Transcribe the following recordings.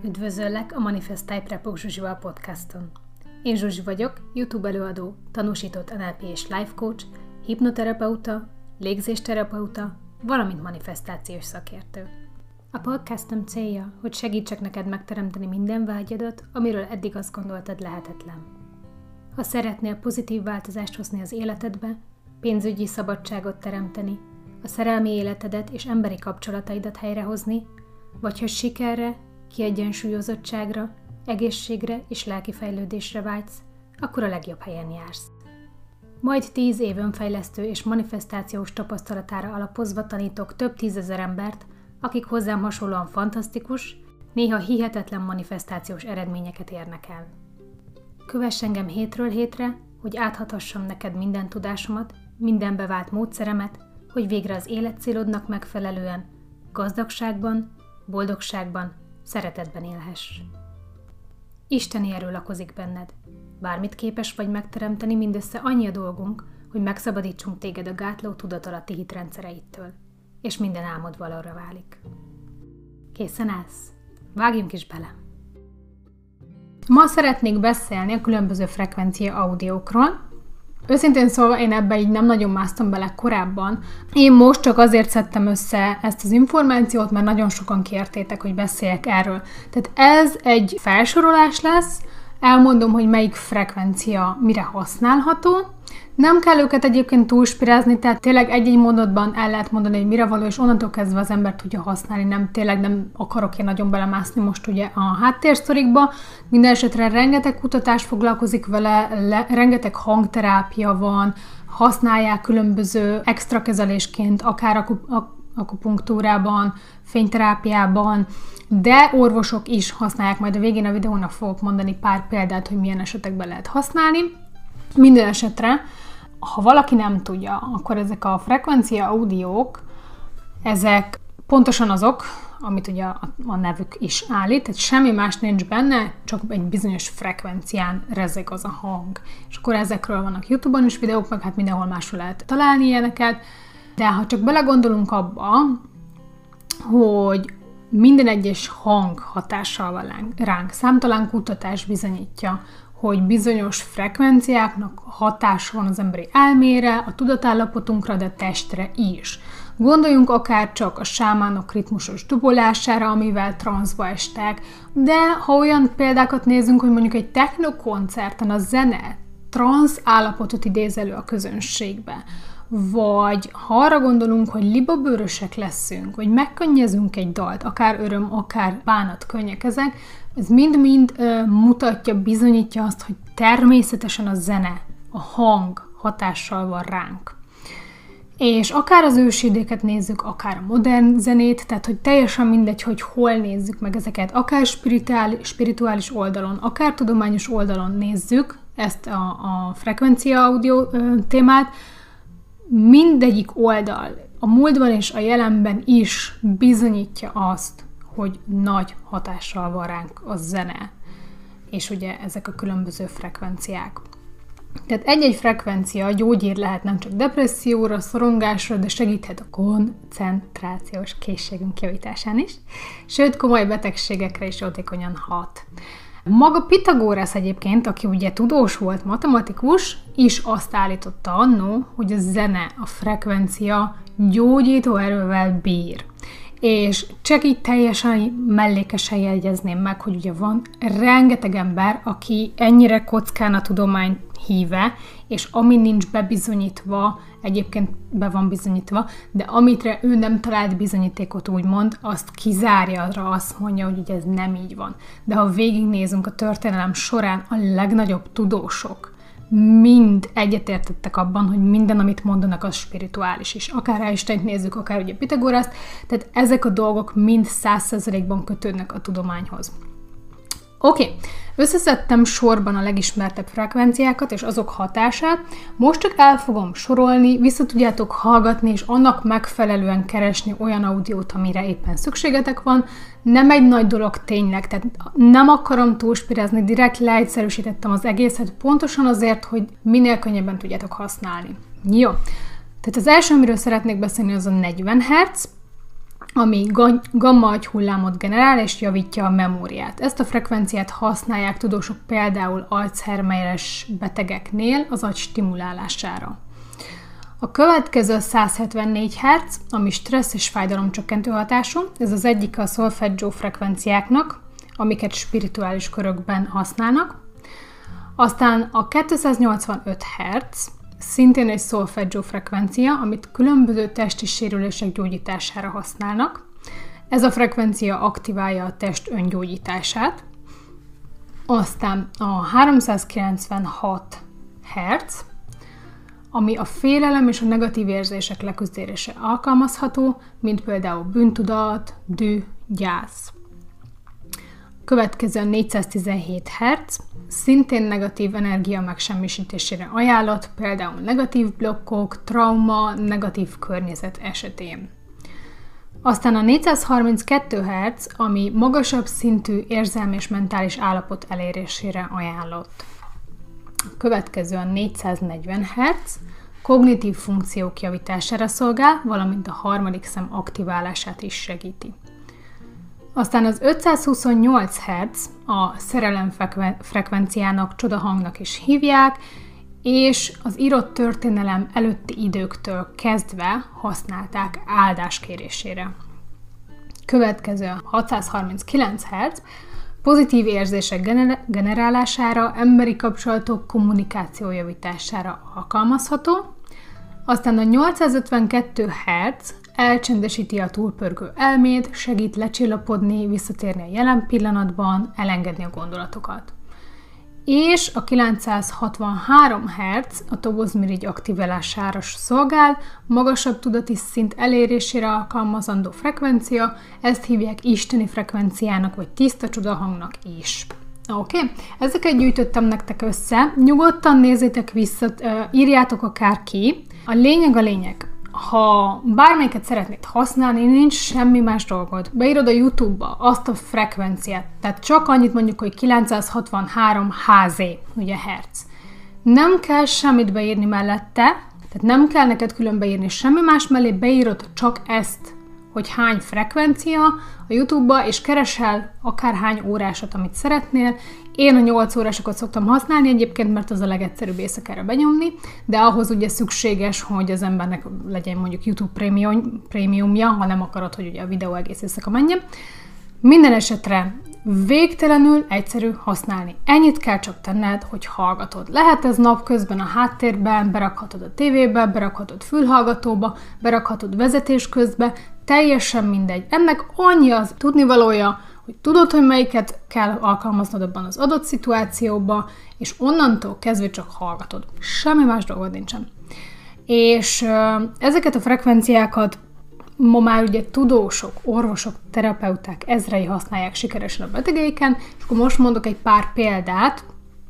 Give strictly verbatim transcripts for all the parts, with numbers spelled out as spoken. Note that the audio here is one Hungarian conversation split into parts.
Üdvözöllek a Manifest Type-Repok Zsuzsival podcaston. Én Zsuzsi vagyok, YouTube előadó, tanúsított en el pé és life coach, hipnoterapeuta, légzésterapeuta, valamint manifestációs szakértő. A podcastom célja, hogy segítsek neked megteremteni minden vágyadat, amiről eddig azt gondoltad lehetetlen. Ha szeretnél pozitív változást hozni az életedbe, pénzügyi szabadságot teremteni, a szerelmi életedet és emberi kapcsolataidat helyrehozni, vagy ha sikerre, kiegyensúlyozottságra, egészségre és lelki fejlődésre vágysz, akkor a legjobb helyen jársz. Majd tíz év önfejlesztő és manifestációs tapasztalatára alapozva tanítok több tízezer embert, akik hozzám hasonlóan fantasztikus, néha hihetetlen manifestációs eredményeket érnek el. Kövess engem hétről hétre, hogy áthathassam neked minden tudásomat, minden bevált módszeremet, hogy végre az életcélodnak megfelelően, gazdagságban, boldogságban, szeretetben élhess. Isteni erő lakozik benned. Bármit képes vagy megteremteni, mindössze annyi a dolgunk, hogy megszabadítsunk téged a gátló tudatalatti hitrendszereittől, és minden álmod valóra válik. Készen állsz? Vágjunk is bele! Ma szeretnék beszélni a különböző frekvencia audiókról. Őszintén szólva én ebbe így nem nagyon másztam bele korábban. Én most csak azért szedtem össze ezt az információt, mert nagyon sokan kértétek, hogy beszéljek erről. Tehát ez egy felsorolás lesz, elmondom, hogy melyik frekvencia mire használható. Nem kell őket egyébként túlspirázni, tehát tényleg egy-egy mondatban el lehet mondani, hogy mire való, és onnantól kezdve az ember tudja használni, nem tényleg nem akarok én nagyon belemászni most ugye a háttérsztorikba. Minden esetre rengeteg kutatás foglalkozik vele, le, rengeteg hangterápia van, használják különböző extra kezelésként, akár akup, akupunktúrában, fényterápiában, de orvosok is használják, majd a végén a videónak fogok mondani pár példát, hogy milyen esetekben lehet használni. Minden esetre, ha valaki nem tudja, akkor ezek a frekvencia audiók, ezek pontosan azok, amit ugye a, a nevük is állít, tehát semmi más nincs benne, csak egy bizonyos frekvencián rezeg az a hang. És akkor ezekről vannak YouTube-on is videók, meg hát mindenhol máshol lehet találni ilyeneket, de ha csak belegondolunk abba, hogy minden egyes hang hatással van ránk, számtalan kutatás bizonyítja, hogy bizonyos frekvenciáknak hatása van az emberi elmére, a tudatállapotunkra, de testre is. Gondoljunk akár csak a sámánok ritmusos dobolására, amivel transzba estek, de ha olyan példákat nézzünk, hogy mondjuk egy technokoncerten a zene transz állapotot idéz elő a közönségbe, vagy ha arra gondolunk, hogy libabőrösek leszünk, vagy megkönnyezünk egy dalt, akár öröm, akár bánat könnyek ezek, ez mind-mind uh, mutatja, bizonyítja azt, hogy természetesen a zene, a hang hatással van ránk. És akár az ősidéket nézzük, akár a modern zenét, tehát hogy teljesen mindegy, hogy hol nézzük meg ezeket, akár spirituális, spirituális oldalon, akár tudományos oldalon nézzük ezt a, a frekvencia audio uh, témát, mindegyik oldal a múltban és a jelenben is bizonyítja azt, hogy nagy hatással van ránk a zene, és ugye ezek a különböző frekvenciák. Tehát egy-egy frekvencia gyógyír lehet nem csak depresszióra, szorongásra, de segíthet a koncentrációs készségünk javításán is, sőt komoly betegségekre is jótékonyan hat. Maga Pitagórasz egyébként, aki ugye tudós volt, matematikus, is azt állította annó, hogy a zene, a frekvencia gyógyító erővel bír. És csak így teljesen mellékesen jegyezném meg, hogy ugye van rengeteg ember, aki ennyire kockán a tudomány híve, és ami nincs bebizonyítva, egyébként be van bizonyítva, de amitre ő nem talált bizonyítékot úgymond, azt kizárja, arra azt mondja, hogy ugye ez nem így van. De ha végignézünk a történelem során, a legnagyobb tudósok mind egyetértettek abban, hogy minden, amit mondanak, az spirituális is. Akár Einsteint nézzük, akár ugye Pitagóraszt, tehát ezek a dolgok mind száz százalékban kötődnek a tudományhoz. Oké, okay. Összeszedtem sorban a legismertebb frekvenciákat és azok hatását, most csak el fogom sorolni, vissza tudjátok hallgatni, és annak megfelelően keresni olyan audiót, amire éppen szükségetek van. Nem egy nagy dolog tényleg, tehát nem akarom túlspirázni, direkt leegyszerűsítettem az egészet, pontosan azért, hogy minél könnyebben tudjátok használni. Jó, tehát az első, amiről szeretnék beszélni, az a negyven hertz. ami gamma agyhullámot generál és javítja a memóriát. Ezt a frekvenciát használják tudósok például Alzheimer-es betegeknél az agy stimulálására. A következő száz hetvennégy hertz, ami stressz és fájdalomcsökkentő hatású, ez az egyik a szolfeggio frekvenciáknak, amiket spirituális körökben használnak. Aztán a kétszáznyolcvanöt hertz, szintén egy szolfeggio frekvencia, amit különböző testi sérülések gyógyítására használnak. Ez a frekvencia aktiválja a test öngyógyítását. Aztán a háromszázkilencvenhat hertz, ami a félelem és a negatív érzések leküzdésére alkalmazható, mint például bűntudat, düh, gyász. Következő négyszáztizenhét hertz, szintén negatív energia megsemmisítésére ajánlott, például negatív blokkok, trauma, negatív környezet esetén. Aztán a négyszázharminckettő hertz, ami magasabb szintű érzelmi és mentális állapot elérésére ajánlott. A következő a négyszáznegyven hertz, kognitív funkciók javítására szolgál, valamint a harmadik szem aktiválását is segíti. Aztán az ötszázhuszonnyolc hertz, a szerelem frekvenciának, csodahangnak is hívják, és az írott történelem előtti időktől kezdve használták áldás kérésére. Következő a hatszázharminckilenc hertz, pozitív érzések generálására, emberi kapcsolatok kommunikáció javítására alkalmazható. Aztán a nyolcszázötvenkettő hertz elcsendesíti a túlpörgő elmét, segít lecsillapodni, visszatérni a jelen pillanatban, elengedni a gondolatokat. És a kilencszázhatvanhárom hertz a tobozmirigy aktiválására szolgál, magasabb tudati szint elérésére alkalmazandó frekvencia, ezt hívják isteni frekvenciának, vagy tiszta csodahangnak is. Oké? Okay? Ezeket gyűjtöttem nektek össze, nyugodtan nézzétek vissza, írjátok akár ki. A lényeg a lényeg. Ha bármelyiket szeretnéd használni, nincs semmi más dolgod. Beírod a YouTube-ba azt a frekvenciát, tehát csak annyit mondjuk, hogy kilencszázhatvanhárom hertz, ugye hertz. Nem kell semmit beírni mellette, tehát nem kell neked külön beírni semmi más mellé, beírod csak ezt, hogy hány frekvencia a YouTube-ba, és keresel akárhány órásat, amit szeretnél. Én a nyolc órásokat szoktam használni egyébként, mert az a legegyszerűbb éjszakára benyomni, de ahhoz ugye szükséges, hogy az embernek legyen mondjuk YouTube prémium, prémiumja, ha nem akarod, hogy ugye a videó egész éjszaka menjen. Minden esetre végtelenül egyszerű használni. Ennyit kell csak tenned, hogy hallgatod. Lehet ez napközben a háttérben, berakhatod a tévébe, berakhatod fülhallgatóba, berakhatod vezetés közben, teljesen mindegy. Ennek annyi az tudnivalója, hogy tudod, hogy melyiket kell alkalmaznod abban az adott szituációban, és onnantól kezdve csak hallgatod. Semmi más dolgod nincsen. És uh, ezeket a frekvenciákat ma már ugye tudósok, orvosok, terapeuták ezrei használják sikeresen a betegeiken, és akkor most mondok egy pár példát,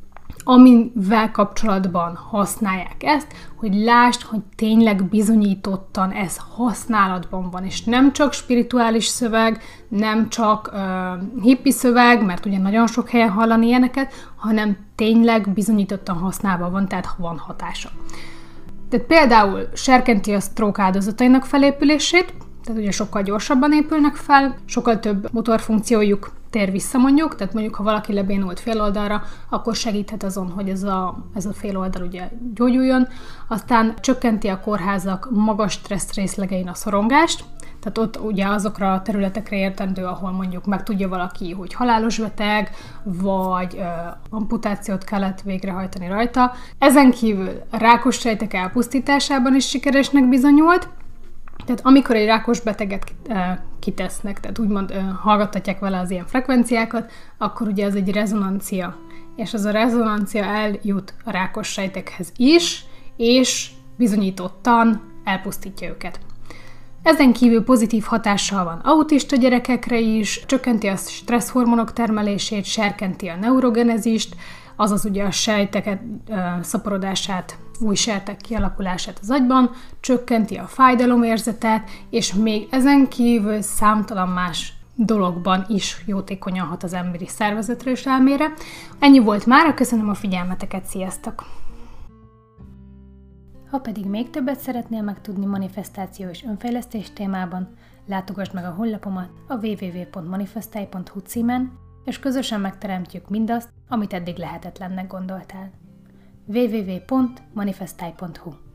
amivel kapcsolatban használják ezt, hogy lásd, hogy tényleg bizonyítottan ez használatban van, és nem csak spirituális szöveg, nem csak uh, hippi szöveg, mert ugye nagyon sok helyen hallani ilyeneket, hanem tényleg bizonyítottan használva van, tehát van hatása. Tehát például serkenti a stroke áldozatainak felépülését, tehát ugye sokkal gyorsabban épülnek fel, sokkal több motorfunkciójuk tér vissza mondjuk, tehát mondjuk ha valaki lebénult fél oldalra, akkor segíthet azon, hogy ez a, ez a fél oldal ugye gyógyuljon. Aztán csökkenti a kórházak magas stressz részlegein a szorongást, tehát ott ugye azokra a területekre értendő, ahol mondjuk megtudja valaki, hogy halálos beteg, vagy ö, amputációt kellett végrehajtani rajta. Ezen kívül rákos sejtek elpusztításában is sikeresnek bizonyult, tehát amikor egy rákos beteget kitesznek, tehát úgymond hallgattatják vele az ilyen frekvenciákat, akkor ugye ez egy rezonancia. És az a rezonancia eljut a rákos sejtekhez is, és bizonyítottan elpusztítja őket. Ezen kívül pozitív hatással van autista gyerekekre is, csökkenti a stresszhormonok termelését, serkenti a neurogenezist, azaz ugye a sejteket szaporodását, új sejtek kialakulását az agyban, csökkenti a fájdalomérzetet, és még ezen kívül számtalan más dologban is jótékonyan hat az emberi szervezetre és elmére. Ennyi volt mára, köszönöm a figyelmeteket, sziasztok! Ha pedig még többet szeretnél megtudni manifestáció és önfejlesztés témában, látogass meg a honlapomat a double-u double-u double-u pont manifestai pont hu címen, és közösen megteremtjük mindazt, amit eddig lehetetlennek gondoltál. double-u double-u double-u pont manifestai pont hu